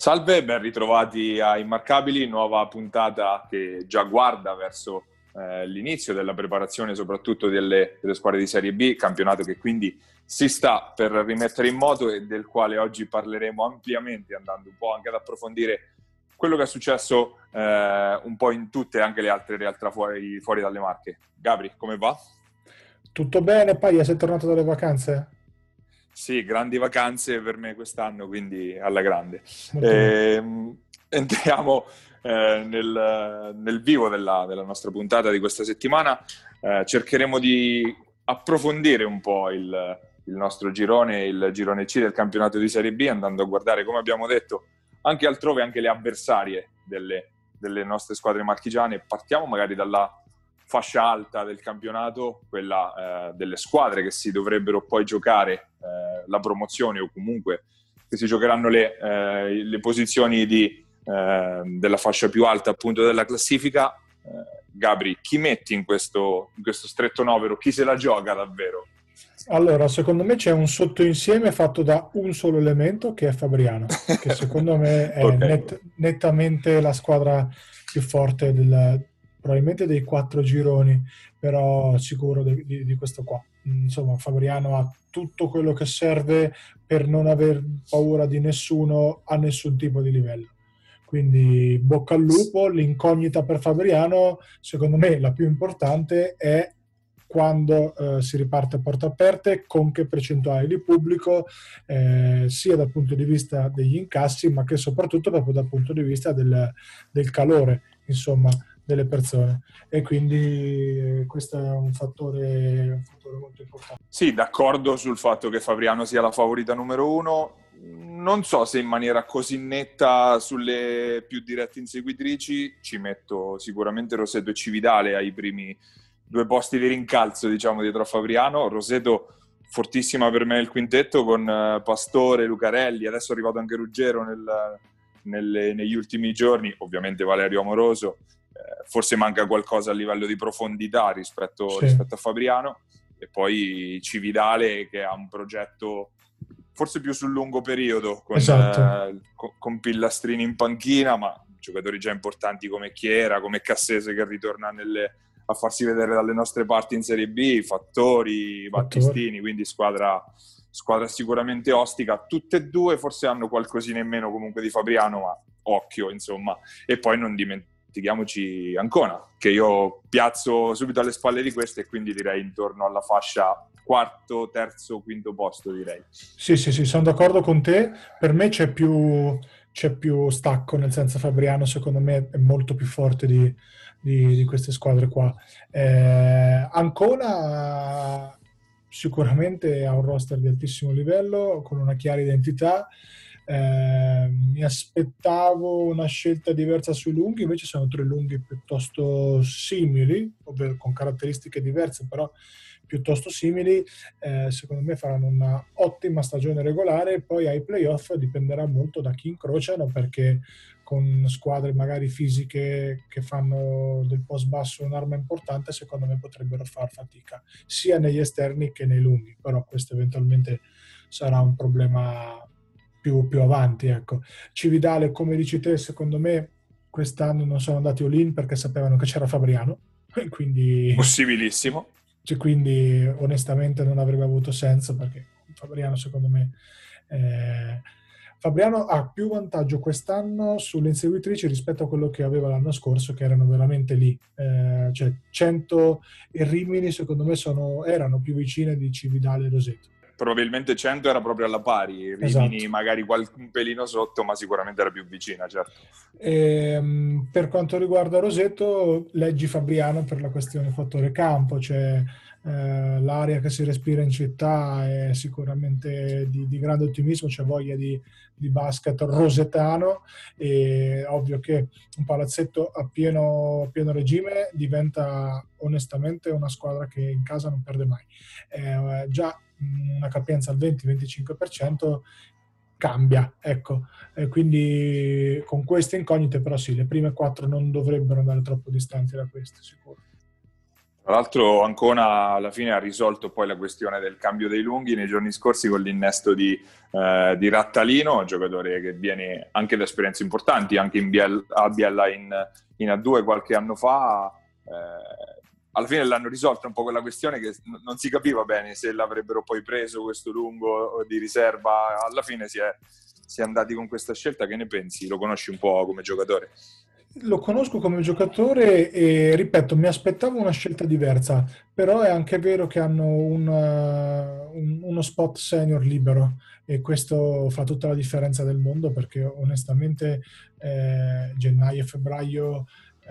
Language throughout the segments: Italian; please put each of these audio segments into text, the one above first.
Salve, ben ritrovati a Immarcabili, nuova puntata che già guarda verso l'inizio della preparazione soprattutto delle squadre di Serie B, campionato che quindi si sta per rimettere in moto e del quale oggi parleremo ampiamente, andando un po' anche ad approfondire quello che è successo un po' in tutte anche le altre realtà fuori dalle Marche. Gabri, come va? Tutto bene, Paglia, sei tornato dalle vacanze? Sì, grandi vacanze per me quest'anno, quindi alla grande. Molto bene. Entriamo nel vivo della nostra puntata di questa settimana. Cercheremo di approfondire un po' il nostro girone, il girone C del campionato di Serie B, andando a guardare, come abbiamo detto, anche altrove, anche le avversarie delle nostre squadre marchigiane. Partiamo magari dalla fascia alta del campionato, quella delle squadre che si dovrebbero poi giocare la promozione o comunque che si giocheranno le posizioni della fascia più alta appunto della classifica. Gabri, chi metti in questo stretto novero? Chi se la gioca davvero? Allora, secondo me c'è un sottoinsieme fatto da un solo elemento che è Fabriano, che secondo me è Ok. nettamente la squadra più forte probabilmente dei quattro gironi, però sicuro di questo qua. Insomma, Fabriano ha tutto quello che serve per non aver paura di nessuno a nessun tipo di livello. Quindi bocca al lupo, l'incognita per Fabriano, secondo me la più importante è quando si riparte a porte aperte, con che percentuali di pubblico, sia dal punto di vista degli incassi, ma che soprattutto proprio dal punto di vista del calore, insomma, delle persone. E quindi questo è un fattore molto importante. Sì, d'accordo sul fatto che Fabriano sia la favorita numero uno. Non so se in maniera così netta sulle più dirette inseguitrici. Ci metto sicuramente Roseto e Cividale ai primi due posti di rincalzo, diciamo, dietro a Fabriano. Roseto fortissima per me nel quintetto con Pastore, Lucarelli, adesso è arrivato anche Ruggero negli ultimi giorni, ovviamente Valerio Amoroso. Forse manca qualcosa a livello di profondità Sì, rispetto a Fabriano, e poi Cividale che ha un progetto forse più sul lungo periodo esatto. con Pillastrini in panchina, ma giocatori già importanti come Chiera, come Cassese che ritorna a farsi vedere dalle nostre parti in Serie B, Fattori, Fattore. Battistini, quindi squadra sicuramente ostica. Tutte e due forse hanno qualcosina in meno comunque di Fabriano, ma occhio insomma. E poi non dimentichiamoci Ancona, che io piazzo subito alle spalle di queste, e quindi direi intorno alla fascia quarto, terzo, quinto posto, direi. Sì, sì, sì, sono d'accordo con te. Per me c'è più stacco, nel senso Fabriano secondo me è molto più forte di queste squadre qua. Ancona sicuramente ha un roster di altissimo livello, con una chiara identità. Mi aspettavo una scelta diversa sui lunghi, invece sono tre lunghi piuttosto simili, ovvero con caratteristiche diverse, però piuttosto simili. Secondo me faranno una ottima stagione regolare, poi ai playoff dipenderà molto da chi incrociano, perché con squadre magari fisiche che fanno del post basso un'arma importante, secondo me potrebbero far fatica sia negli esterni che nei lunghi, però questo eventualmente sarà un problema più avanti, ecco. Cividale, come dici te, secondo me quest'anno non sono andati all-in perché sapevano che c'era Fabriano, quindi Possibilissimo. quindi onestamente non avrebbe avuto senso, perché Fabriano secondo me Fabriano ha più vantaggio quest'anno sulle inseguitrici rispetto a quello che aveva l'anno scorso, che erano veramente lì. Cioè 100 e Rimini secondo me erano più vicine di Cividale e Roseto. Probabilmente 100 era proprio alla pari, Esatto. Rimini magari un pelino sotto, ma sicuramente era più vicina, certo. Per quanto riguarda Roseto, leggi Fabriano per la questione fattore campo, cioè l'aria che si respira in città è sicuramente di grande ottimismo, c'è voglia di basket rosetano, e ovvio che un palazzetto a pieno regime diventa onestamente una squadra che in casa non perde mai. Già una capienza al 20-25% cambia, ecco. Quindi con queste incognite, però sì, le prime quattro non dovrebbero andare troppo distanti da queste, sicuro. Tra l'altro Ancona alla fine ha risolto poi la questione del cambio dei lunghi nei giorni scorsi con l'innesto di Rattalino, un giocatore che viene anche da esperienze importanti, anche a Biella in A2 qualche anno fa. Alla fine l'hanno risolta un po' quella questione che non si capiva bene se l'avrebbero poi preso questo lungo di riserva. Alla fine si è andati con questa scelta. Che ne pensi? Lo conosci un po' come giocatore? Lo conosco come giocatore e, ripeto, mi aspettavo una scelta diversa, però è anche vero che hanno uno spot senior libero e questo fa tutta la differenza del mondo perché onestamente gennaio e febbraio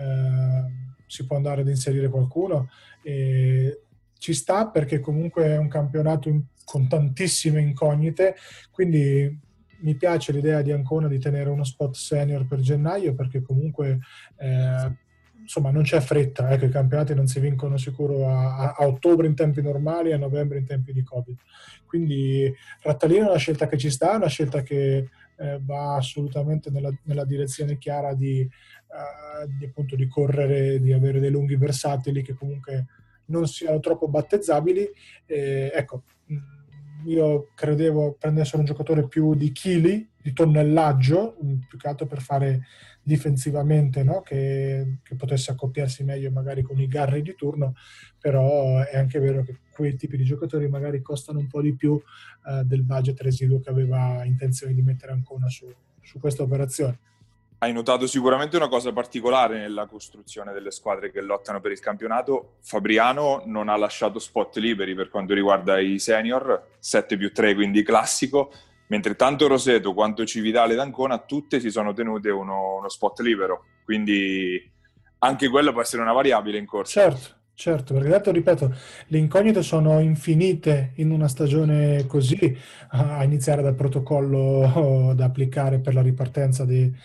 si può andare ad inserire qualcuno e ci sta perché comunque è un campionato con tantissime incognite, quindi mi piace l'idea di Ancona di tenere uno spot senior per gennaio perché comunque insomma non c'è fretta, che i campionati non si vincono sicuro a ottobre in tempi normali e a novembre in tempi di Covid. Quindi Rattalino è una scelta che ci sta, è una scelta che va assolutamente nella direzione chiara appunto di correre, di avere dei lunghi versatili che comunque non siano troppo battezzabili. Ecco, io credevo prendessero un giocatore più di chili, di tonnellaggio, più che altro per fare difensivamente, no? Che potesse accoppiarsi meglio magari con i Garri di turno, però è anche vero che quei tipi di giocatori magari costano un po' di più del budget residuo che aveva intenzione di mettere Ancona su questa operazione. Hai notato sicuramente una cosa particolare nella costruzione delle squadre che lottano per il campionato. Fabriano non ha lasciato spot liberi per quanto riguarda i senior, 7+3, quindi classico, mentre tanto Roseto quanto Cividale ed Ancona tutte si sono tenute uno spot libero. Quindi anche quello può essere una variabile in corsa. Certo, perché dato, ripeto, le incognite sono infinite in una stagione così, a iniziare dal protocollo da applicare per la ripartenza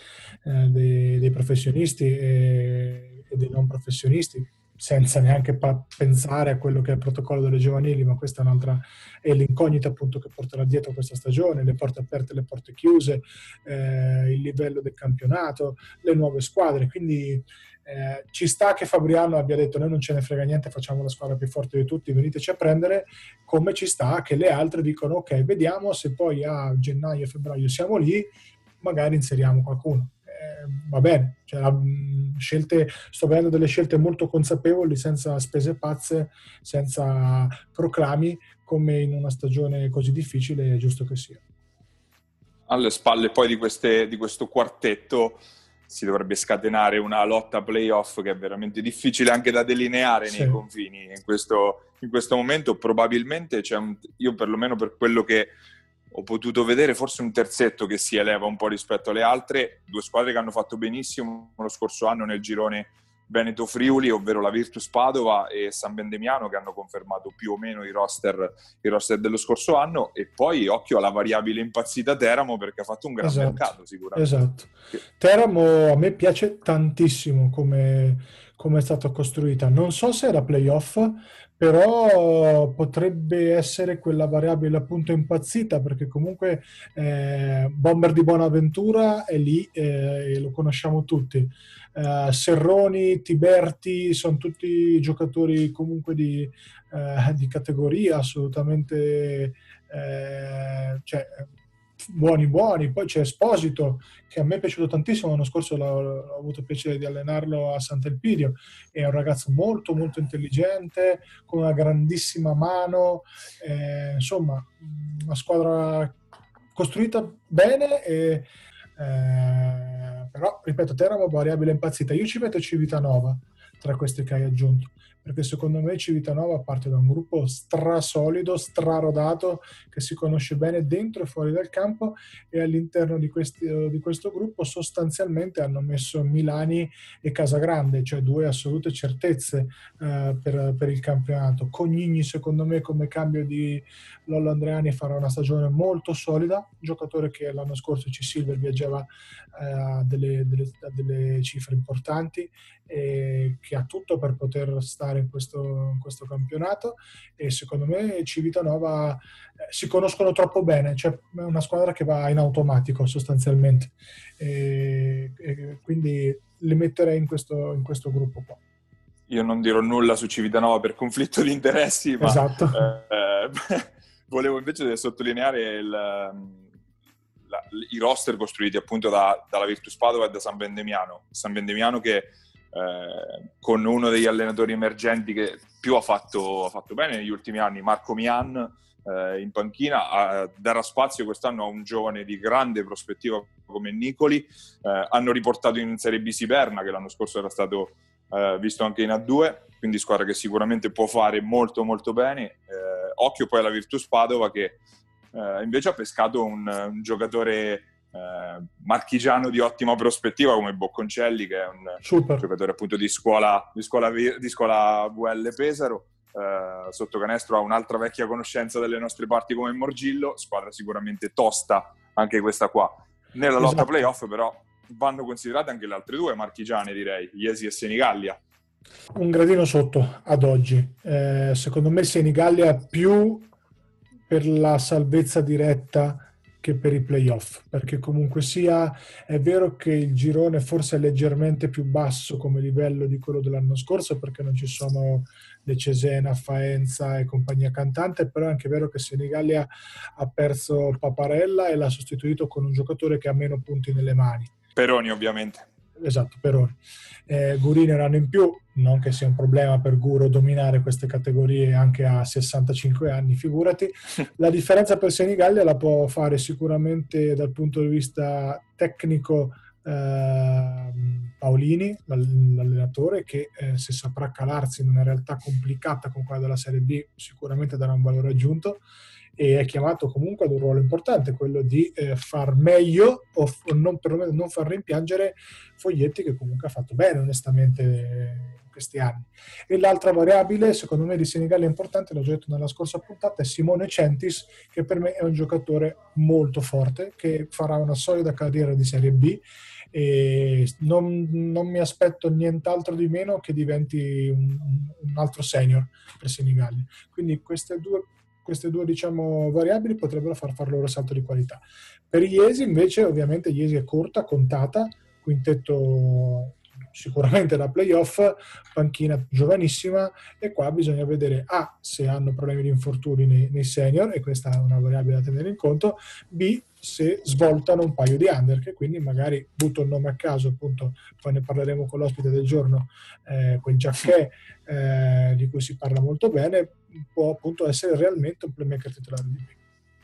dei professionisti e dei non professionisti, senza neanche pensare a quello che è il protocollo delle giovanili, ma questa è un'altra, è l'incognita appunto che porterà dietro questa stagione, le porte aperte, le porte chiuse, il livello del campionato, le nuove squadre, quindi ci sta che Fabriano abbia detto noi non ce ne frega niente, facciamo la squadra più forte di tutti, veniteci a prendere, come ci sta che le altre dicono ok, vediamo se poi a gennaio e febbraio siamo lì, magari inseriamo qualcuno. Va bene, cioè, sto vedendo delle scelte molto consapevoli, senza spese pazze, senza proclami, come in una stagione così difficile è giusto che sia. Alle spalle poi di questo quartetto si dovrebbe scatenare una lotta playoff che è veramente difficile anche da delineare nei confini. In questo momento probabilmente io perlomeno per quello che ho potuto vedere, forse un terzetto che si eleva un po' rispetto alle altre, due squadre che hanno fatto benissimo lo scorso anno nel girone Veneto-Friuli, ovvero la Virtus Padova e San Bendemiano, che hanno confermato più o meno i roster dello scorso anno, e poi occhio alla variabile impazzita Teramo, perché ha fatto un gran mercato sicuramente. Esatto. Teramo a me piace tantissimo come è stata costruita. Non so se era playoff, però potrebbe essere quella variabile appunto impazzita, perché comunque Bomber di Bonaventura è lì e lo conosciamo tutti. Serroni, Tiberti sono tutti giocatori comunque di categoria assolutamente cioè, buoni. Poi c'è Esposito, che a me è piaciuto tantissimo, l'anno scorso ho avuto il piacere di allenarlo a Sant'Elpidio, è un ragazzo molto molto intelligente, con una grandissima mano, insomma una squadra costruita bene però ripeto, Teramo variabile impazzita. Io ci metto Civitanova tra questi che hai aggiunto, perché secondo me Civitanova parte da un gruppo strasolido, strarodato, che si conosce bene dentro e fuori dal campo, e all'interno di questo gruppo sostanzialmente hanno messo Milani e Casagrande, cioè due assolute certezze per il campionato. Cognini secondo me come cambio di Lollo Andreani farà una stagione molto solida, un giocatore che l'anno scorso C-Silver viaggiava a delle cifre importanti e che ha tutto per poter stare in questo campionato, e secondo me Civitanova si conoscono troppo bene, cioè è una squadra che va in automatico sostanzialmente, e quindi li metterei in questo gruppo qua. io non dirò nulla su Civitanova per conflitto di interessi, ma Esatto. volevo invece sottolineare i roster costruiti appunto dalla Virtus Padova e da San Vendemiano. San Vendemiano che con uno degli allenatori emergenti che più ha fatto bene negli ultimi anni, Marco Mian, in panchina, darà spazio quest'anno a un giovane di grande prospettiva come Nicoli. Hanno riportato in Serie B Siberna, che l'anno scorso era stato visto anche in A2, quindi squadra che sicuramente può fare molto molto bene. Occhio poi alla Virtus Padova che invece ha pescato un giocatore marchigiano di ottima prospettiva come Bocconcelli, che è un Super. giocatore appunto di scuola VL Pesaro. Sotto canestro ha un'altra vecchia conoscenza delle nostre parti come Morgillo, squadra sicuramente tosta anche questa qua. Nella lotta playoff però vanno considerate anche le altre due marchigiane, direi, Iesi e Senigallia. Un gradino sotto ad oggi. Secondo me Senigallia più per la salvezza diretta che per i playoff, perché comunque sia è vero che il girone forse è leggermente più basso come livello di quello dell'anno scorso, perché non ci sono le Cesena, Faenza e compagnia cantante, però è anche vero che Senigallia ha perso Paparella e l'ha sostituito con un giocatore che ha meno punti nelle mani. Peroni, ovviamente. Esatto, Peroni. Gurini un anno in più, non che sia un problema per Guro dominare queste categorie anche a 65 anni, figurati. La differenza per Senigallia la può fare sicuramente dal punto di vista tecnico Paolini, l'allenatore, che se saprà calarsi in una realtà complicata come quella della Serie B sicuramente darà un valore aggiunto, e è chiamato comunque ad un ruolo importante, quello di far meglio o non, perlomeno non far rimpiangere Foglietti, che comunque ha fatto bene onestamente in questi anni. E l'altra variabile secondo me di Senigallia importante, l'ho già detto nella scorsa puntata, è Simone Centis, che per me è un giocatore molto forte, che farà una solida carriera di Serie B e non mi aspetto nient'altro di meno che diventi un altro senior per Senigallia. Quindi queste due diciamo variabili potrebbero far loro salto di qualità. Per Iesi invece ovviamente Iesi è corta, contata, quintetto sicuramente da playoff, panchina giovanissima, e qua bisogna vedere se hanno problemi di infortuni nei senior, e questa è una variabile da tenere in conto, B se svoltano un paio di under, che quindi magari, butto il nome a caso, appunto poi ne parleremo con l'ospite del giorno, quel Giacchè di cui si parla molto bene, può appunto essere realmente un playmaker titolare di B.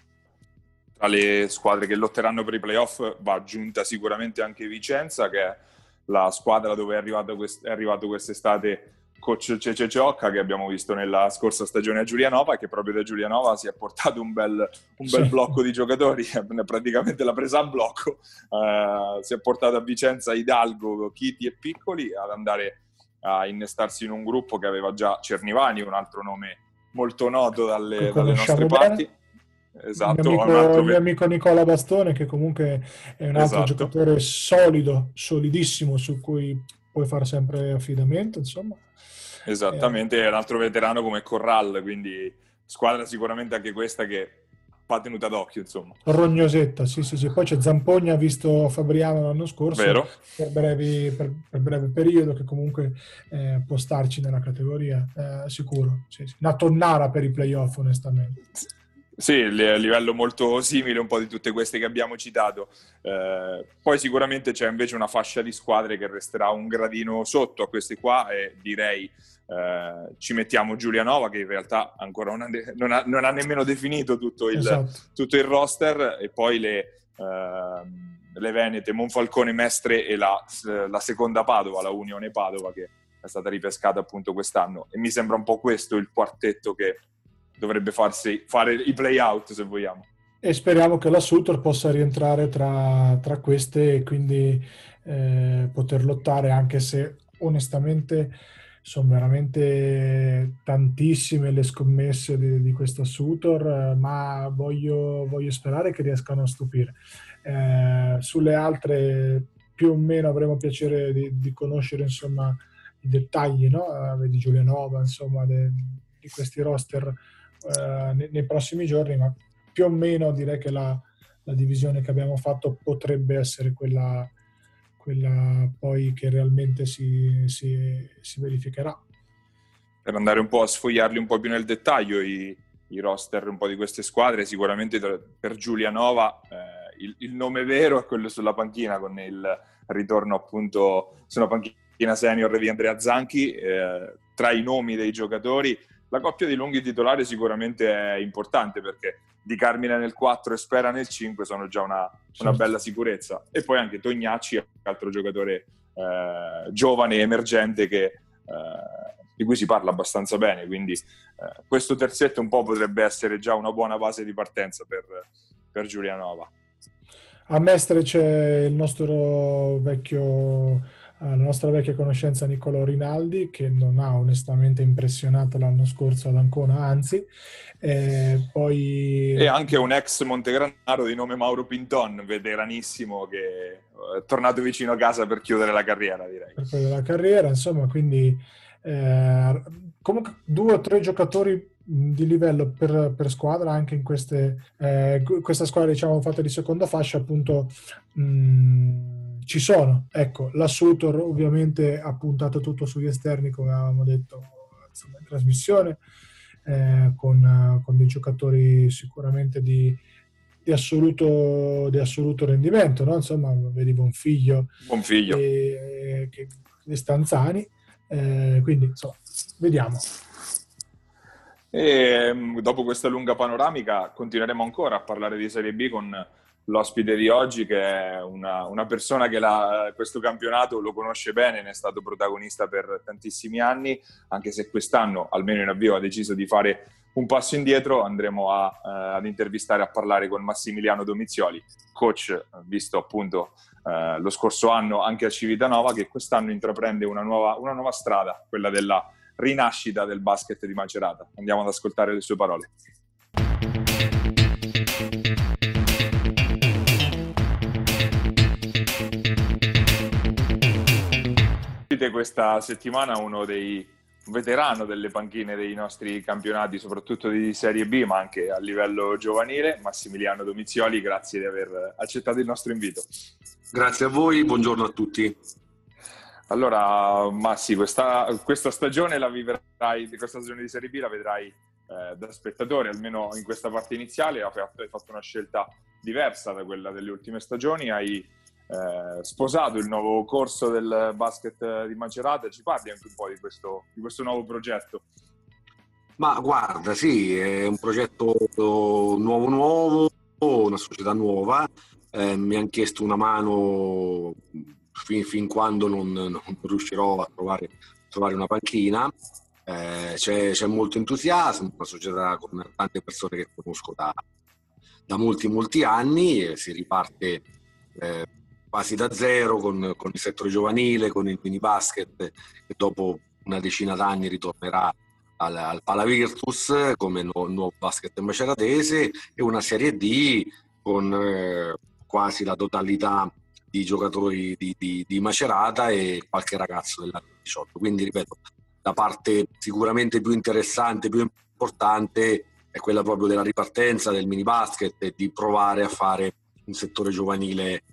Tra le squadre che lotteranno per i playoff va aggiunta sicuramente anche Vicenza, che è la squadra dove è arrivato quest'estate coach Cece Ciocca, che abbiamo visto nella scorsa stagione a Giulianova, e che proprio da Giulianova si è portato un bel blocco di giocatori, praticamente l'ha presa a blocco, si è portato a Vicenza Hidalgo, Chiti e Piccoli ad andare a innestarsi in un gruppo che aveva già Cernivani, un altro nome molto noto dalle nostre parti. Esatto, il mio amico Nicola Bastone, che comunque è un altro giocatore solido, solidissimo, su cui puoi fare sempre affidamento, insomma. Esattamente, è un altro veterano come Corral, quindi squadra sicuramente anche questa che va tenuta d'occhio, insomma. Rognosetta, sì. Poi c'è Zampogna, visto Fabriano l'anno scorso, vero, per breve periodo, che comunque può starci nella categoria, sicuro. Sì. Una tonnara per i playoff, onestamente. Sì, a livello molto simile un po' di tutte queste che abbiamo citato. Poi sicuramente c'è invece una fascia di squadre che resterà un gradino sotto a queste qua, e direi ci mettiamo Giulianova, che in realtà ancora non ha nemmeno definito tutto il roster, e poi le Venete, Monfalcone, Mestre e la seconda Padova, la Unione Padova, che è stata ripescata appunto quest'anno, e mi sembra un po' questo il quartetto che dovrebbe fare i play-out, se vogliamo. E speriamo che la Sutor possa rientrare tra queste, e quindi poter lottare, anche se onestamente sono veramente tantissime le scommesse di questa Sutor, ma voglio sperare che riescano a stupire. Sulle altre più o meno avremo piacere di conoscere, insomma, i dettagli, no? Vedi Giulianova, insomma, di questi roster nei prossimi giorni, ma più o meno direi che la divisione che abbiamo fatto potrebbe essere quella poi che realmente si verificherà. per andare un po' a sfogliarli un po' più nel dettaglio i roster un po' di queste squadre, sicuramente per Giulianova il nome vero è quello sulla panchina, con il ritorno appunto sulla panchina senior di Andrea Zanchi. Tra i nomi dei giocatori, la coppia di lunghi titolari sicuramente è importante, perché Di Carmine nel 4 e Spera nel 5 sono già una bella sicurezza. E poi anche Tognacci, altro giocatore giovane, emergente, di cui si parla abbastanza bene, quindi questo terzetto un po' potrebbe essere già una buona base di partenza per Giulianova. A Mestre c'è la nostra vecchia conoscenza Niccolò Rinaldi, che non ha onestamente impressionato l'anno scorso ad Ancona, anzi. Poi E anche un ex montegranaro di nome Mauro Pinton, veteranissimo, che è tornato vicino a casa per chiudere la carriera, direi. Per quello della carriera, insomma, quindi comunque 2 o 3 giocatori di livello per squadra anche in questa squadra, diciamo, fatta di seconda fascia, appunto, ci sono. Ecco, la Sutor ovviamente ha puntato tutto sugli esterni, come avevamo detto, insomma, in trasmissione, con dei giocatori sicuramente di assoluto rendimento, no? Insomma, vedi Bonfiglio e Stanzani, quindi insomma, vediamo. E dopo questa lunga panoramica continueremo ancora a parlare di Serie B con l'ospite di oggi, che è una persona che questo campionato lo conosce bene, ne è stato protagonista per tantissimi anni, anche se quest'anno, almeno in avvio, ha deciso di fare un passo indietro. Andremo ad intervistare, a parlare con Massimiliano Domizioli, coach visto appunto lo scorso anno anche a Civitanova, che quest'anno intraprende una nuova strada, quella della rinascita del basket di Macerata. Andiamo ad ascoltare le sue parole. Questa settimana un veterano delle panchine dei nostri campionati, soprattutto di Serie B, ma anche a livello giovanile, Massimiliano Domizioli. Grazie di aver accettato il nostro invito. Grazie a voi, buongiorno a tutti. Allora, Massi, questa stagione la vivrai, questa stagione di Serie B la vedrai da spettatore, almeno in questa parte iniziale. Hai fatto una scelta diversa da quella delle ultime stagioni, hai sposato il nuovo corso del basket di Macerata. Ci parli anche un po' di questo nuovo progetto? Ma guarda, sì, è un progetto nuovo, una società nuova. Mi hanno chiesto una mano fin quando non riuscirò a trovare una panchina. C'è molto entusiasmo, una società con tante persone che conosco da molti anni. Si riparte quasi da zero con il settore giovanile, con il mini basket, che dopo una decina d'anni ritornerà al Pala Virtus come nuovo basket maceratese, e una Serie D con quasi la totalità di giocatori di Macerata e qualche ragazzo dell'anno 18. Quindi, ripeto, la parte sicuramente più interessante, più importante è quella proprio della ripartenza del mini basket e di provare a fare un settore giovanile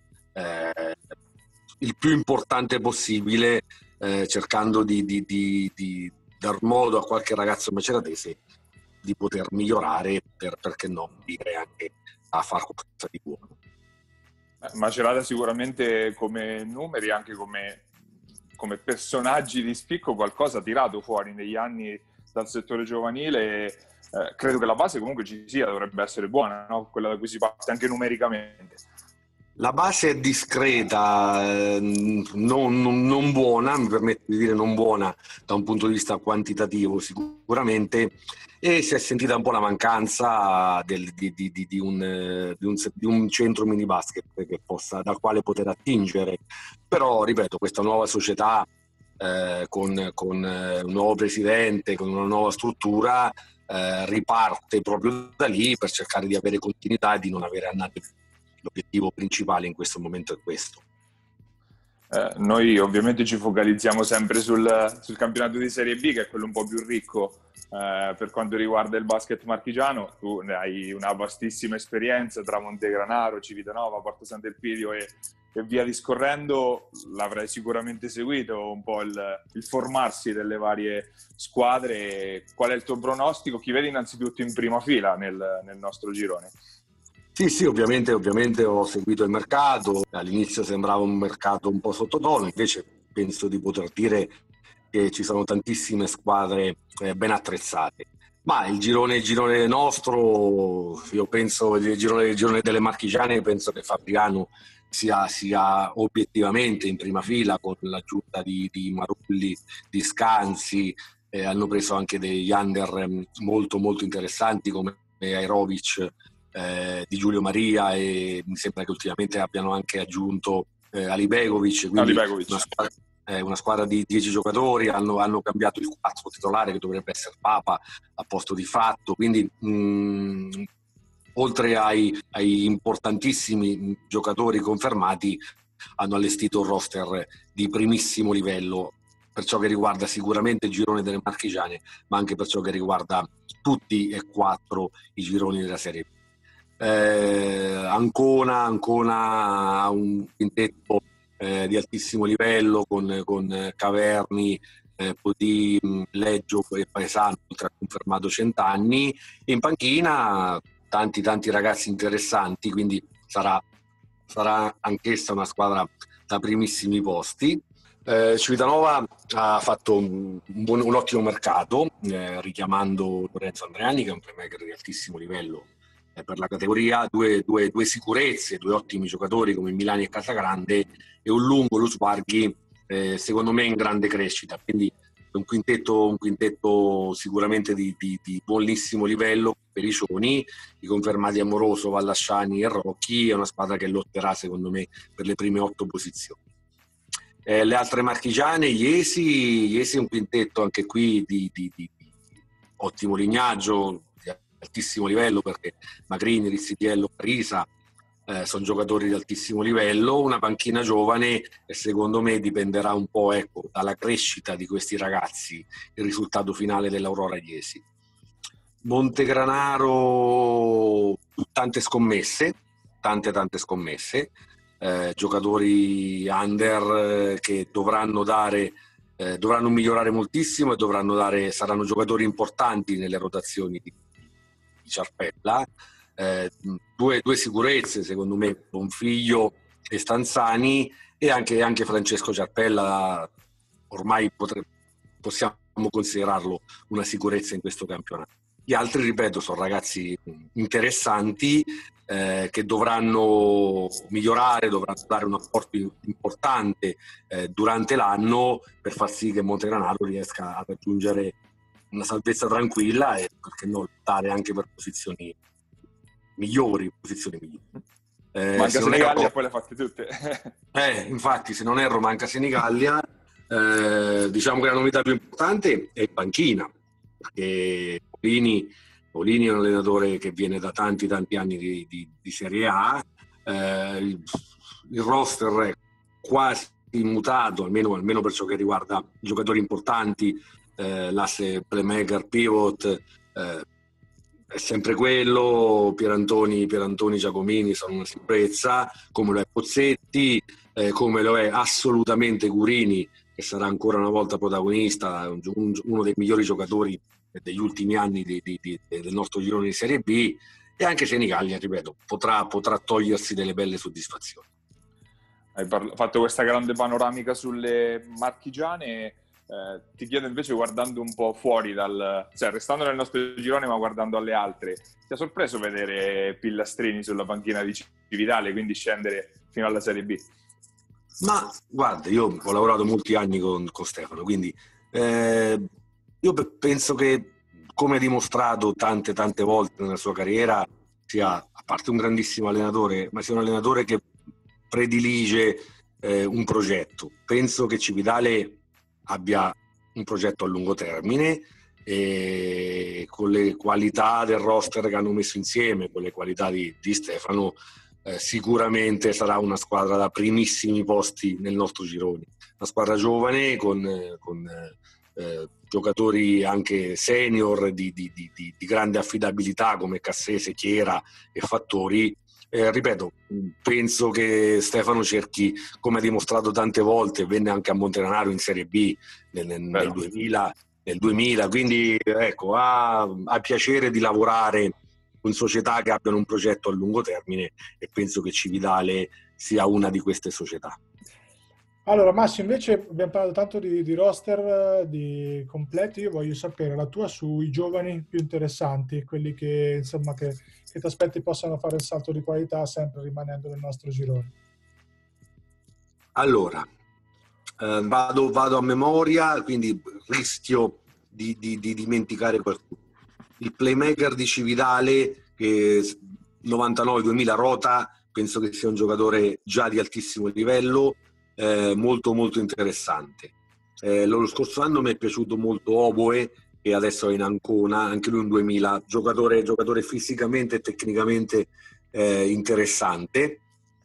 il più importante possibile, cercando di dar modo a qualche ragazzo maceratese di poter migliorare, perché no, dire anche a fare qualcosa di buono. Macerata sicuramente come numeri, anche come personaggi di spicco, qualcosa ha tirato fuori negli anni dal settore giovanile. Credo che la base comunque ci sia, dovrebbe essere buona, no? Quella da cui si parte anche numericamente. La base è discreta, non buona, mi permetto di dire non buona da un punto di vista quantitativo sicuramente, e si è sentita un po' la mancanza di un centro mini basket dal quale poter attingere. Però, ripeto, questa nuova società con un nuovo presidente, con una nuova struttura, riparte proprio da lì per cercare di avere continuità e di non avere annate. L'obiettivo principale in questo momento è questo. Noi ovviamente ci focalizziamo sempre sul campionato di Serie B, che è quello un po' più ricco per quanto riguarda il basket marchigiano. Tu ne hai una vastissima esperienza tra Montegranaro, Civitanova, Porto Sant'Elpidio e via discorrendo l'avrai sicuramente seguito un po' il formarsi delle varie squadre. Qual è il tuo pronostico? Chi vedi innanzitutto in prima fila nel nostro girone? Sì, ovviamente ho seguito il mercato. All'inizio sembrava un mercato un po' sottotono, invece penso di poter dire che ci sono tantissime squadre ben attrezzate. Ma il girone nostro, io penso, il girone delle marchigiane, penso che Fabriano sia obiettivamente in prima fila, con l'aggiunta di Marulli, di Scanzi. Hanno preso anche degli under molto molto interessanti come Aerovic, di Giulio Maria, e mi sembra che ultimamente abbiano anche aggiunto Alibegovic, quindi una squadra di 10 giocatori. Hanno cambiato il 4 titolare, che dovrebbe essere Papa a posto di Fatto, quindi oltre ai importantissimi giocatori confermati, hanno allestito un roster di primissimo livello per ciò che riguarda sicuramente il girone delle marchigiane, ma anche per ciò che riguarda tutti e 4 i gironi della Serie B. Ancona ha un quintetto di altissimo livello con Caverni, Podì, Leggio e Paesano, oltre a confermato Centanni, e in panchina tanti ragazzi interessanti, quindi sarà anch'essa una squadra da primissimi posti. Civitanova ha fatto un ottimo mercato, richiamando Lorenzo Andreani, che è un playmaker di altissimo livello per la categoria, due sicurezze, 2 ottimi giocatori come Milani e Casagrande, e un lungo Luz Varghi, secondo me in grande crescita, quindi un quintetto sicuramente di buonissimo livello. Pericioni, i confermati Amoroso, Vallasciani e Rocchi, è una squadra che lotterà secondo me per le prime 8 posizioni. Le altre marchigiane, Iesi è un quintetto anche qui di ottimo lignaggio, di altissimo livello, perché Magrini, Rizzitiello, Parisa sono giocatori di altissimo livello. Una panchina giovane, e secondo me dipenderà un po', dalla crescita di questi ragazzi il risultato finale dell'Aurora Iesi. Montegranaro, tante scommesse, giocatori under che dovranno migliorare moltissimo e saranno giocatori importanti nelle rotazioni di Ciarpella. Due sicurezze secondo me, Bonfiglio e Stanzani, e anche Francesco Ciarpella ormai possiamo considerarlo una sicurezza in questo campionato. Gli altri, ripeto, sono ragazzi interessanti che dovranno migliorare, dovranno dare un apporto importante durante l'anno per far sì che Montegranaro riesca a raggiungere una salvezza tranquilla e, perché no, lottare anche per posizioni migliori. Manca Senigallia, poi le ha fatte tutte. Infatti, se non erro, manca Senigallia. Diciamo che la novità più importante è in panchina, perché Polini è un allenatore che viene da tanti anni di Serie A. Il roster è quasi immutato, almeno per ciò che riguarda i giocatori importanti. L'asse playmaker pivot è sempre quello. Pierantoni, Giacomini sono una sicurezza, come lo è Pozzetti, come lo è assolutamente Gurini, che sarà ancora una volta protagonista, uno dei migliori giocatori degli ultimi anni del nostro girone di Serie B, e anche Senigallia, ripeto, potrà togliersi delle belle soddisfazioni. Hai fatto questa grande panoramica sulle marchigiane. Ti chiedo invece, guardando un po' fuori restando nel nostro girone ma guardando alle altre, ti ha sorpreso vedere Pillastrini sulla panchina di Civitale, quindi scendere fino alla Serie B? Ma guarda, io ho lavorato molti anni con Stefano, quindi io penso che, come ha dimostrato tante volte nella sua carriera, sia, a parte un grandissimo allenatore, ma sia un allenatore che predilige un progetto. Penso che Civitale abbia un progetto a lungo termine, e con le qualità del roster che hanno messo insieme, con le qualità di Stefano, sicuramente sarà una squadra da primissimi posti nel nostro girone. Una squadra giovane con giocatori anche senior di grande affidabilità come Cassese, Chiera e Fattori, Ripeto, penso che Stefano cerchi, come ha dimostrato tante volte, venne anche a Monteranaro in Serie B nel 2000, quindi ecco, ha piacere di lavorare con società che abbiano un progetto a lungo termine, e penso che Cividale sia una di queste società. Allora Massimo, invece abbiamo parlato tanto di roster, di completi, io voglio sapere la tua sui giovani più interessanti, quelli che insomma che ti aspetti possano fare il salto di qualità sempre rimanendo nel nostro girone. Allora, vado a memoria, quindi rischio di dimenticare qualcuno. Il playmaker di Cividale, che 99-2000 Rota, penso che sia un giocatore già di altissimo livello, molto molto interessante. Lo scorso anno mi è piaciuto molto Oboe, che adesso è in Ancona, anche lui un 2000, giocatore fisicamente e tecnicamente interessante.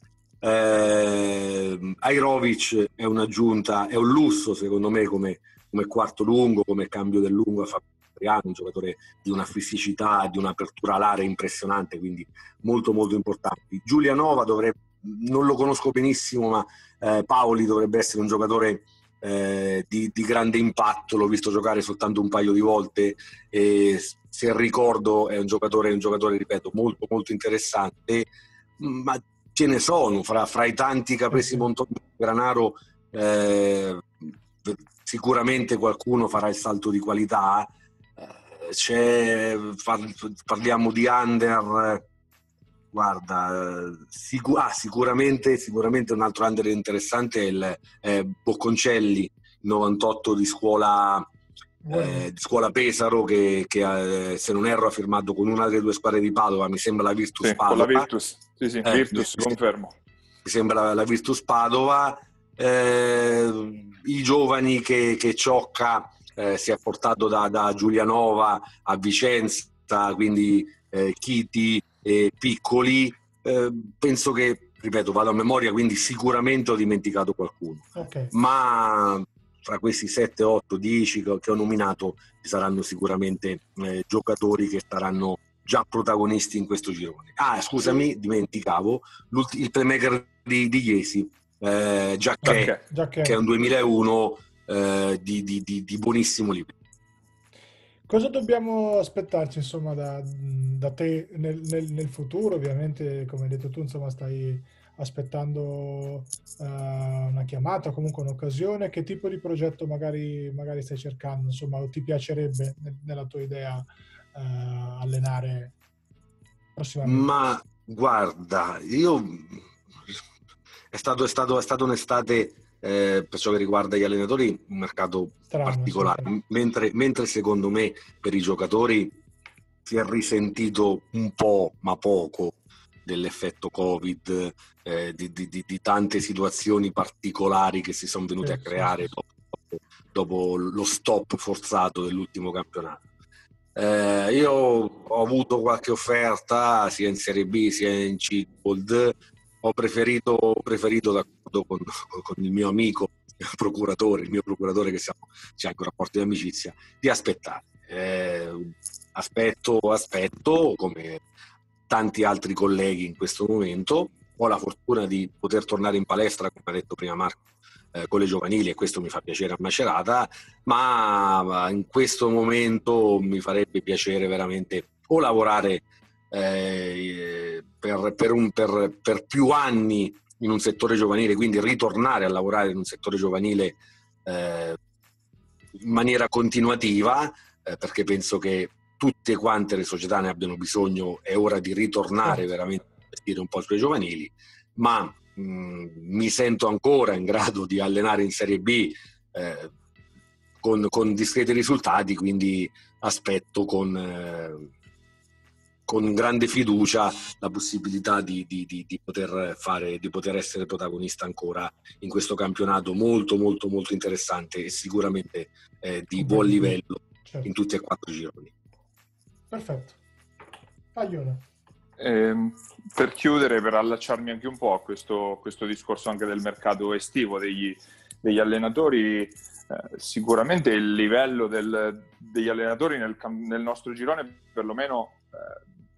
Ajrovic è un'aggiunta, è un lusso secondo me come quarto lungo, come cambio del lungo a Fabriano, un giocatore di una fisicità, di un'apertura all'area impressionante, quindi molto molto importanti. Giulianova non lo conosco benissimo, ma Paoli dovrebbe essere un giocatore di grande impatto, l'ho visto giocare soltanto un paio di volte e se ricordo è un giocatore, ripeto, molto molto interessante, ma ce ne sono fra i tanti che ha preso Montoni e Granaro, sicuramente qualcuno farà il salto di qualità. Parliamo di under, guarda, sicuramente un altro under interessante è il Bocconcelli, 98 di scuola Pesaro, che se non erro ha firmato con una delle due squadre di Padova, mi sembra la Virtus Padova. Con la Virtus, sì, Virtus, confermo. Mi sembra la Virtus Padova. I giovani che Ciocca si è portato da Giulianova a Vicenza, quindi Chiti e Piccoli, penso che, ripeto, vado a memoria, quindi sicuramente ho dimenticato qualcuno. Okay. Ma fra questi 7, 8, 10 che ho nominato ci saranno sicuramente giocatori che saranno già protagonisti in questo girone. Scusami, dimenticavo il playmaker di Iesi, Giacchè, che è un 2001 di buonissimo livello. Cosa dobbiamo aspettarci insomma da te nel futuro? Ovviamente, come hai detto tu, insomma, stai aspettando una chiamata, comunque un'occasione. Che tipo di progetto magari stai cercando, insomma, o ti piacerebbe nella tua idea allenare prossimamente? Ma guarda, è stata un'estate, per ciò che riguarda gli allenatori, un mercato particolare, sì. Mentre secondo me per i giocatori si è risentito un po', ma poco, dell'effetto Covid, di tante situazioni particolari che si sono venute a creare dopo lo stop forzato dell'ultimo campionato. Io ho avuto qualche offerta sia in Serie B sia in C-Gold. Ho preferito, d'accordo con il mio amico il mio procuratore, che c'è anche un rapporto di amicizia, di aspettare. Aspetto come tanti altri colleghi in questo momento. Ho la fortuna di poter tornare in palestra, come ha detto prima Marco, con le giovanili, e questo mi fa piacere a Macerata, ma in questo momento mi farebbe piacere veramente o lavorare per più anni in un settore giovanile, quindi ritornare a lavorare in un settore giovanile in maniera continuativa, perché penso che tutte quante le società ne abbiano bisogno. È ora di ritornare veramente a investire un po' sulle giovanili, ma mi sento ancora in grado di allenare in Serie B con discreti risultati, quindi aspetto con grande fiducia la possibilità di poter essere protagonista ancora in questo campionato molto molto molto interessante e sicuramente di buon livello, certo, in tutti e 4 i gironi. Perfetto. Paglione. Per chiudere, per allacciarmi anche un po' a questo discorso anche del mercato estivo degli allenatori, sicuramente il livello degli allenatori nel nostro girone perlomeno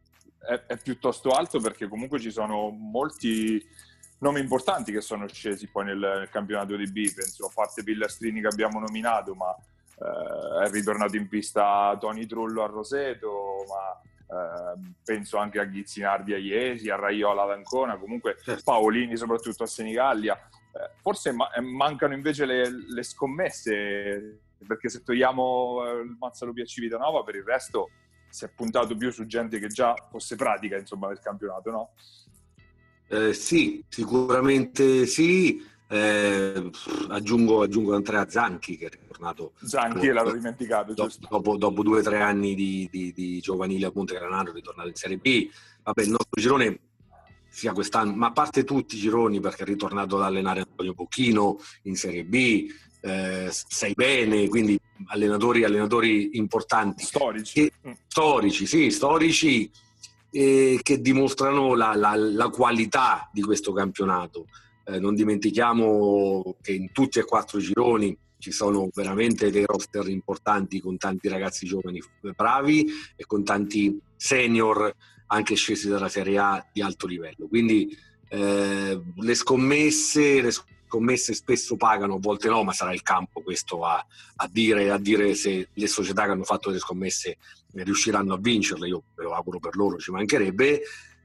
è piuttosto alto, perché comunque ci sono molti nomi importanti che sono scesi poi nel campionato di B. Penso, a parte Pillastrini che abbiamo nominato, ma è ritornato in pista Tony Trullo a Roseto, ma penso anche a Ghizzinardi a Iesi, a Raiola ad Ancona, comunque Paolini soprattutto a Senigallia. Forse mancano invece le scommesse, perché se togliamo il Mazzalupi a Civitanova, per il resto si è puntato più su gente che già fosse pratica, insomma, del campionato, no? Sì, sicuramente sì. Aggiungo Andrea Zanchi, che è ritornato. Zanchi l'hanno dimenticato, giusto? Dopo 2 o 3 anni di giovanile a Montegranaro, ritornato in Serie B. Vabbè, il nostro girone sia quest'anno, ma a parte tutti i gironi, perché è ritornato ad allenare Antonio Bocchino in Serie B, sai bene, quindi allenatori importanti, Storici, storici, che dimostrano la qualità di questo campionato. Non dimentichiamo che in tutti e 4 i gironi ci sono veramente dei roster importanti, con tanti ragazzi giovani bravi e con tanti senior anche scesi dalla Serie A di alto livello. Quindi le scommesse spesso pagano, a volte no, ma sarà il campo questo a dire se le società che hanno fatto le scommesse riusciranno a vincerle. Io me lo auguro per loro, ci mancherebbe.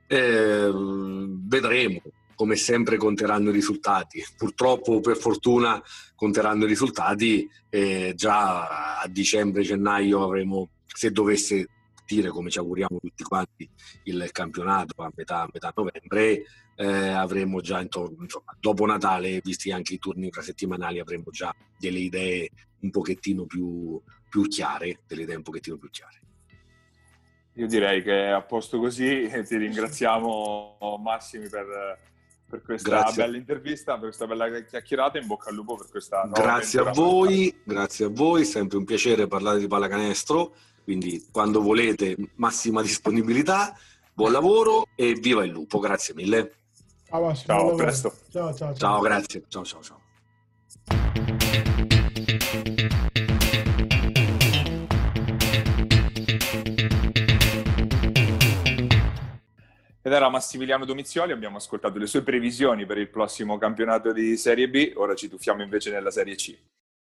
Vedremo. Come sempre conteranno i risultati. Purtroppo, per fortuna, conteranno i risultati. Già a dicembre-gennaio avremo, se dovesse dire, come ci auguriamo tutti quanti, il campionato a metà novembre, avremo già intorno, insomma, dopo Natale, visti anche i turni infrasettimanali, avremo già delle idee un pochettino più chiare. Io direi che è a posto così, e ti ringraziamo, Massimi, per questa bella intervista, per questa bella chiacchierata. In bocca al lupo per questa nuova Grazie a voi, sempre un piacere parlare di pallacanestro, quindi quando volete massima disponibilità. Buon lavoro e viva il lupo, grazie mille. Ciao, a presto. Ciao, grazie. Ciao. Ed era Massimiliano Domizioli, abbiamo ascoltato le sue previsioni per il prossimo campionato di Serie B, ora ci tuffiamo invece nella Serie C.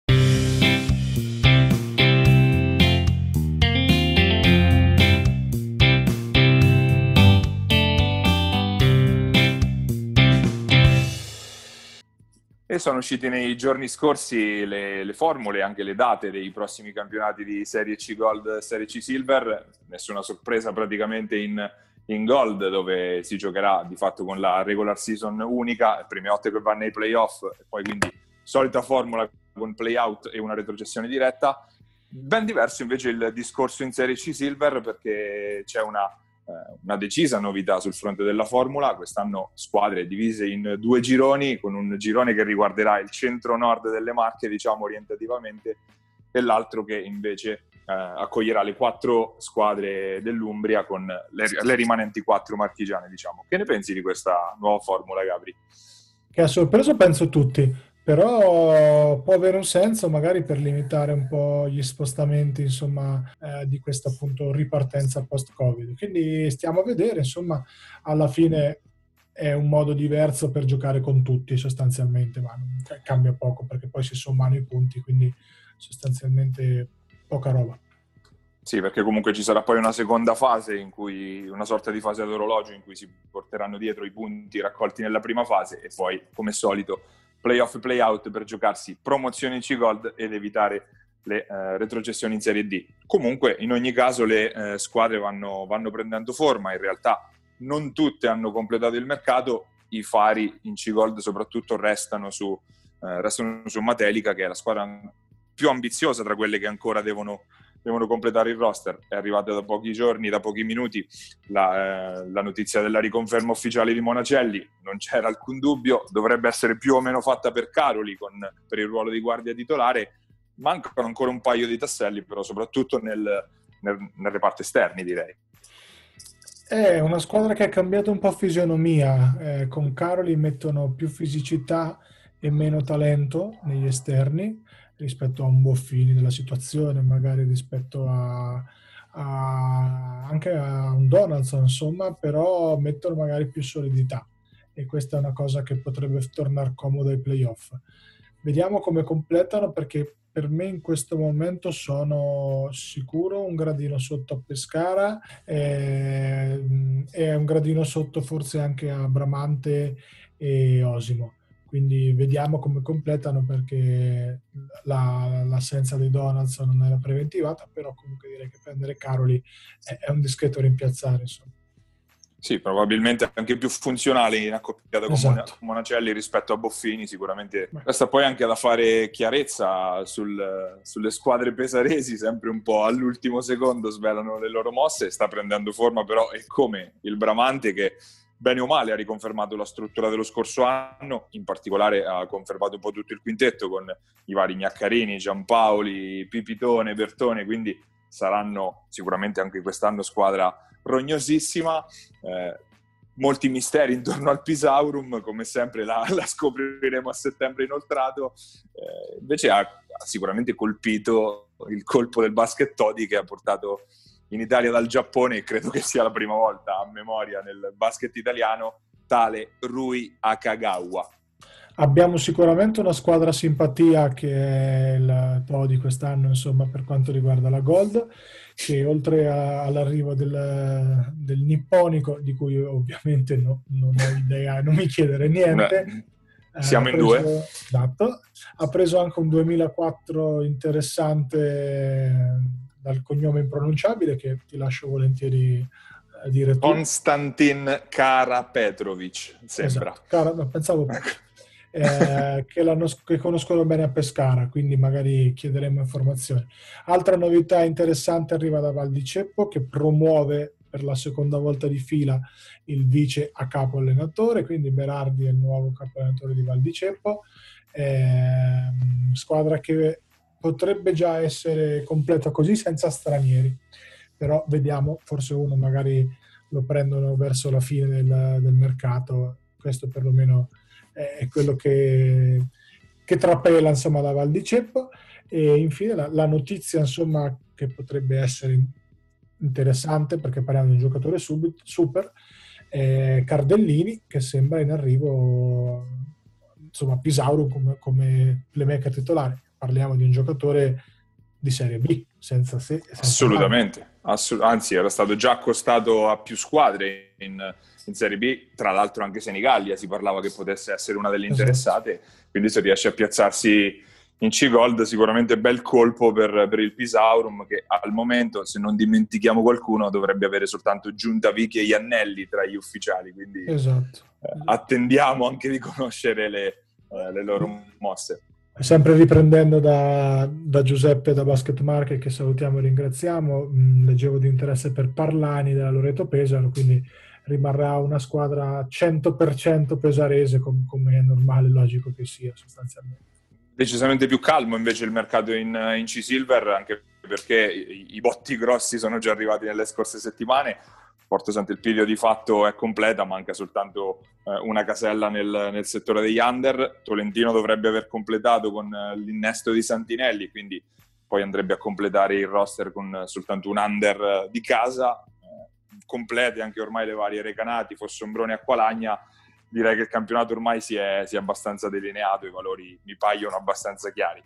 E sono usciti nei giorni scorsi le formule, anche le date dei prossimi campionati di Serie C Gold e Serie C Silver. Nessuna sorpresa praticamente in Gold, dove si giocherà di fatto con la regular season unica, il primi 8 che vanno nei playoff, e poi quindi solita formula con playout e una retrocessione diretta. Ben diverso invece il discorso in Serie C Silver, perché c'è una decisa novità sul fronte della formula. Quest'anno squadre divise in 2 gironi, con un girone che riguarderà il centro-nord delle Marche, diciamo orientativamente, e l'altro che invece accoglierà le 4 squadre dell'Umbria con le rimanenti 4 marchigiane, diciamo. Che ne pensi di questa nuova formula, Gabri? Che ha sorpreso penso tutti, però può avere un senso magari per limitare un po' gli spostamenti, insomma, di questa appunto ripartenza post-Covid. Quindi stiamo a vedere, insomma, alla fine è un modo diverso per giocare con tutti sostanzialmente, ma cambia poco perché poi si sommano i punti, quindi sostanzialmente poca roba. Sì, perché comunque ci sarà poi una seconda fase, in cui una sorta di fase ad orologio, in cui si porteranno dietro i punti raccolti nella prima fase, e poi, come solito, playoff e playout per giocarsi promozione in C-Gold ed evitare le retrocessioni in Serie D. Comunque, in ogni caso, le squadre vanno prendendo forma. In realtà non tutte hanno completato il mercato. I fari in C-Gold soprattutto restano su Matelica, che è la squadra più ambiziosa tra quelle che ancora devono completare il roster. È arrivata da pochi giorni, da pochi minuti, la notizia della riconferma ufficiale di Monacelli. Non c'era alcun dubbio, dovrebbe essere più o meno fatta per Caroli per il ruolo di guardia titolare. Mancano ancora un paio di tasselli, però soprattutto nel reparto esterni, direi. È una squadra che ha cambiato un po' fisionomia. Con Caroli mettono più fisicità e meno talento negli esterni rispetto a un Boffini della situazione, magari rispetto a anche a un Donaldson, insomma, però mettono magari più solidità, e questa è una cosa che potrebbe tornare comodo ai playoff. Vediamo come completano, perché per me in questo momento sono sicuro un gradino sotto a Pescara, e un gradino sotto forse anche a Bramante e Osimo. Quindi vediamo come completano, perché l'assenza di Donaldson non era preventivata, però comunque direi che prendere Caroli è un discreto rimpiazzare, insomma. Sì, probabilmente anche più funzionale in accoppiata con Esatto. Monacelli rispetto a Boffini, sicuramente. Resta poi anche da fare chiarezza sulle squadre pesaresi, sempre un po' all'ultimo secondo svelano le loro mosse, sta prendendo forma però è come il Bramante, che bene o male ha riconfermato la struttura dello scorso anno, in particolare ha confermato un po' tutto il quintetto con i vari Gnaccarini, Giampaoli, Pipitone, Bertone, quindi saranno sicuramente anche quest'anno squadra rognosissima. Molti misteri intorno al Pisaurum, come sempre la scopriremo a settembre inoltrato. Invece ha sicuramente colpito il colpo del basket Todi, che ha portato in Italia dal Giappone, e credo che sia la prima volta a memoria nel basket italiano, tale Rui Akagawa. Abbiamo sicuramente una squadra simpatia, che è il Todi quest'anno, insomma, per quanto riguarda la Gold, che oltre all'arrivo del nipponico, di cui ovviamente non ho idea, non mi chiedere niente. Siamo in due. Esatto. Ha preso anche un 2004 interessante dal cognome impronunciabile, che ti lascio volentieri dire tu. Konstantin Karapetrovic, sembra. Esatto. No, pensavo che conoscono bene a Pescara, quindi magari chiederemo informazioni. Altra novità interessante arriva da Val di Ceppo, che promuove per la seconda volta di fila il vice a capo allenatore, quindi Berardi è il nuovo capo allenatore di Val di Ceppo. Squadra che potrebbe già essere completa così senza stranieri, però vediamo, forse uno magari lo prendono verso la fine del mercato. Questo perlomeno è quello che trapela, insomma, da Val di Ceppo. E infine la notizia, insomma, che potrebbe essere interessante, perché parliamo di un giocatore super, Cardellini, che sembra in arrivo, insomma, a Pisauro come playmaker titolare. Parliamo di un giocatore di Serie B, senza se. Assolutamente, anzi era stato già accostato a più squadre in Serie B, tra l'altro anche Senigallia si parlava che potesse essere una delle interessate, esatto. Quindi se riesce a piazzarsi in C-Gold sicuramente bel colpo per il Pisaurum, che al momento, se non dimentichiamo qualcuno, dovrebbe avere soltanto Giuntavicchi e Iannelli tra gli ufficiali, quindi esatto. Attendiamo anche di conoscere le loro mosse. Sempre riprendendo da Giuseppe da Basket Market, che salutiamo e ringraziamo, leggevo di interesse per Parlani della Loreto Pesaro, quindi rimarrà una squadra 100% pesarese, come è normale, logico che sia sostanzialmente. Decisamente più calmo invece il mercato in C-Silver, anche perché i botti grossi sono già arrivati nelle scorse settimane. Porto Sant'Elpidio di fatto è completa, manca soltanto una casella nel settore degli under. Tolentino dovrebbe aver completato con l'innesto di Santinelli, quindi poi andrebbe a completare il roster con soltanto un under di casa. Complete anche ormai le varie Recanati, Fossombrone e Acqualagna. Direi che il campionato ormai si è abbastanza delineato, i valori mi paiono abbastanza chiari.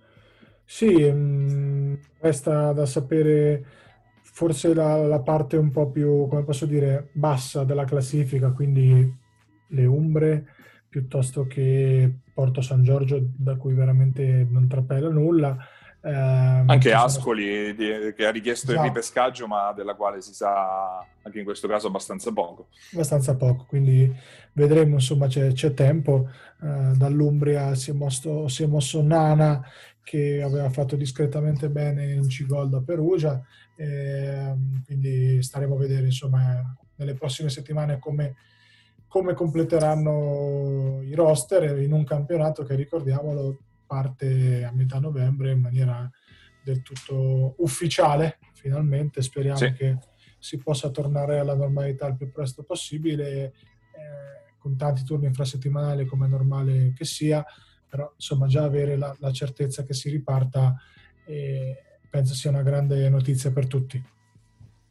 Sì, resta da sapere forse la parte un po' più, come posso dire, bassa della classifica, quindi le Umbre, piuttosto che Porto San Giorgio, da cui veramente non trapela nulla. Anche Ascoli, che ha richiesto esatto. Il ripescaggio, ma della quale si sa anche in questo caso abbastanza poco. Abbastanza poco, quindi vedremo, insomma, c'è tempo. Dall'Umbria si è mosso Nana, che aveva fatto discretamente bene in C-Gold a Perugia, quindi staremo a vedere, insomma, nelle prossime settimane come completeranno i roster in un campionato che, ricordiamolo, parte a metà novembre in maniera del tutto ufficiale, finalmente. Speriamo sì. che si possa tornare alla normalità il più presto possibile, con tanti turni infrasettimanali come è normale che sia, però insomma già avere la certezza che si riparta penso sia una grande notizia per tutti.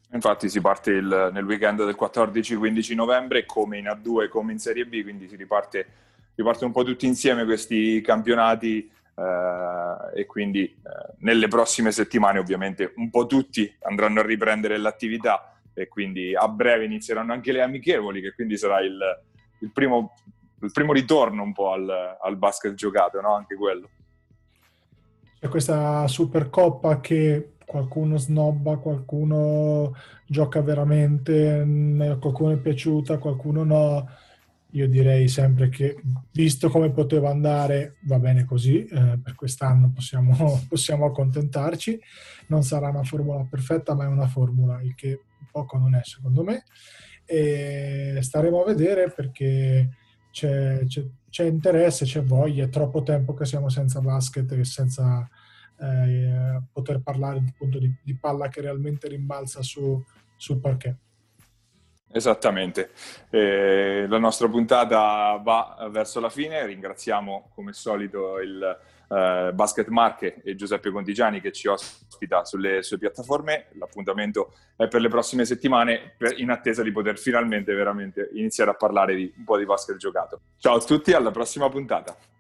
Infatti si parte nel weekend del 14-15 novembre, come in A2, come in Serie B, quindi si riparte un po' tutti insieme questi campionati, e quindi nelle prossime settimane ovviamente un po' tutti andranno a riprendere l'attività, e quindi a breve inizieranno anche le amichevoli, che quindi sarà il primo ritorno un po' al basket giocato, no? Anche quello. C'è questa Supercoppa che qualcuno snobba, qualcuno gioca veramente, qualcuno è piaciuta, qualcuno no. Io direi sempre che, visto come poteva andare, va bene così, per quest'anno possiamo accontentarci. Non sarà una formula perfetta, ma è una formula, il che poco non è, secondo me. E staremo a vedere, perché c'è interesse, c'è voglia. È troppo tempo che siamo senza basket e senza poter parlare appunto di palla che realmente rimbalza sul parquet. Esattamente. La nostra puntata va verso la fine. Ringraziamo come solito il Basket Marche e Giuseppe Contigiani che ci ospita sulle sue piattaforme. L'appuntamento è per le prossime settimane, in attesa di poter finalmente veramente iniziare a parlare di un po' di basket giocato. Ciao a tutti, alla prossima puntata.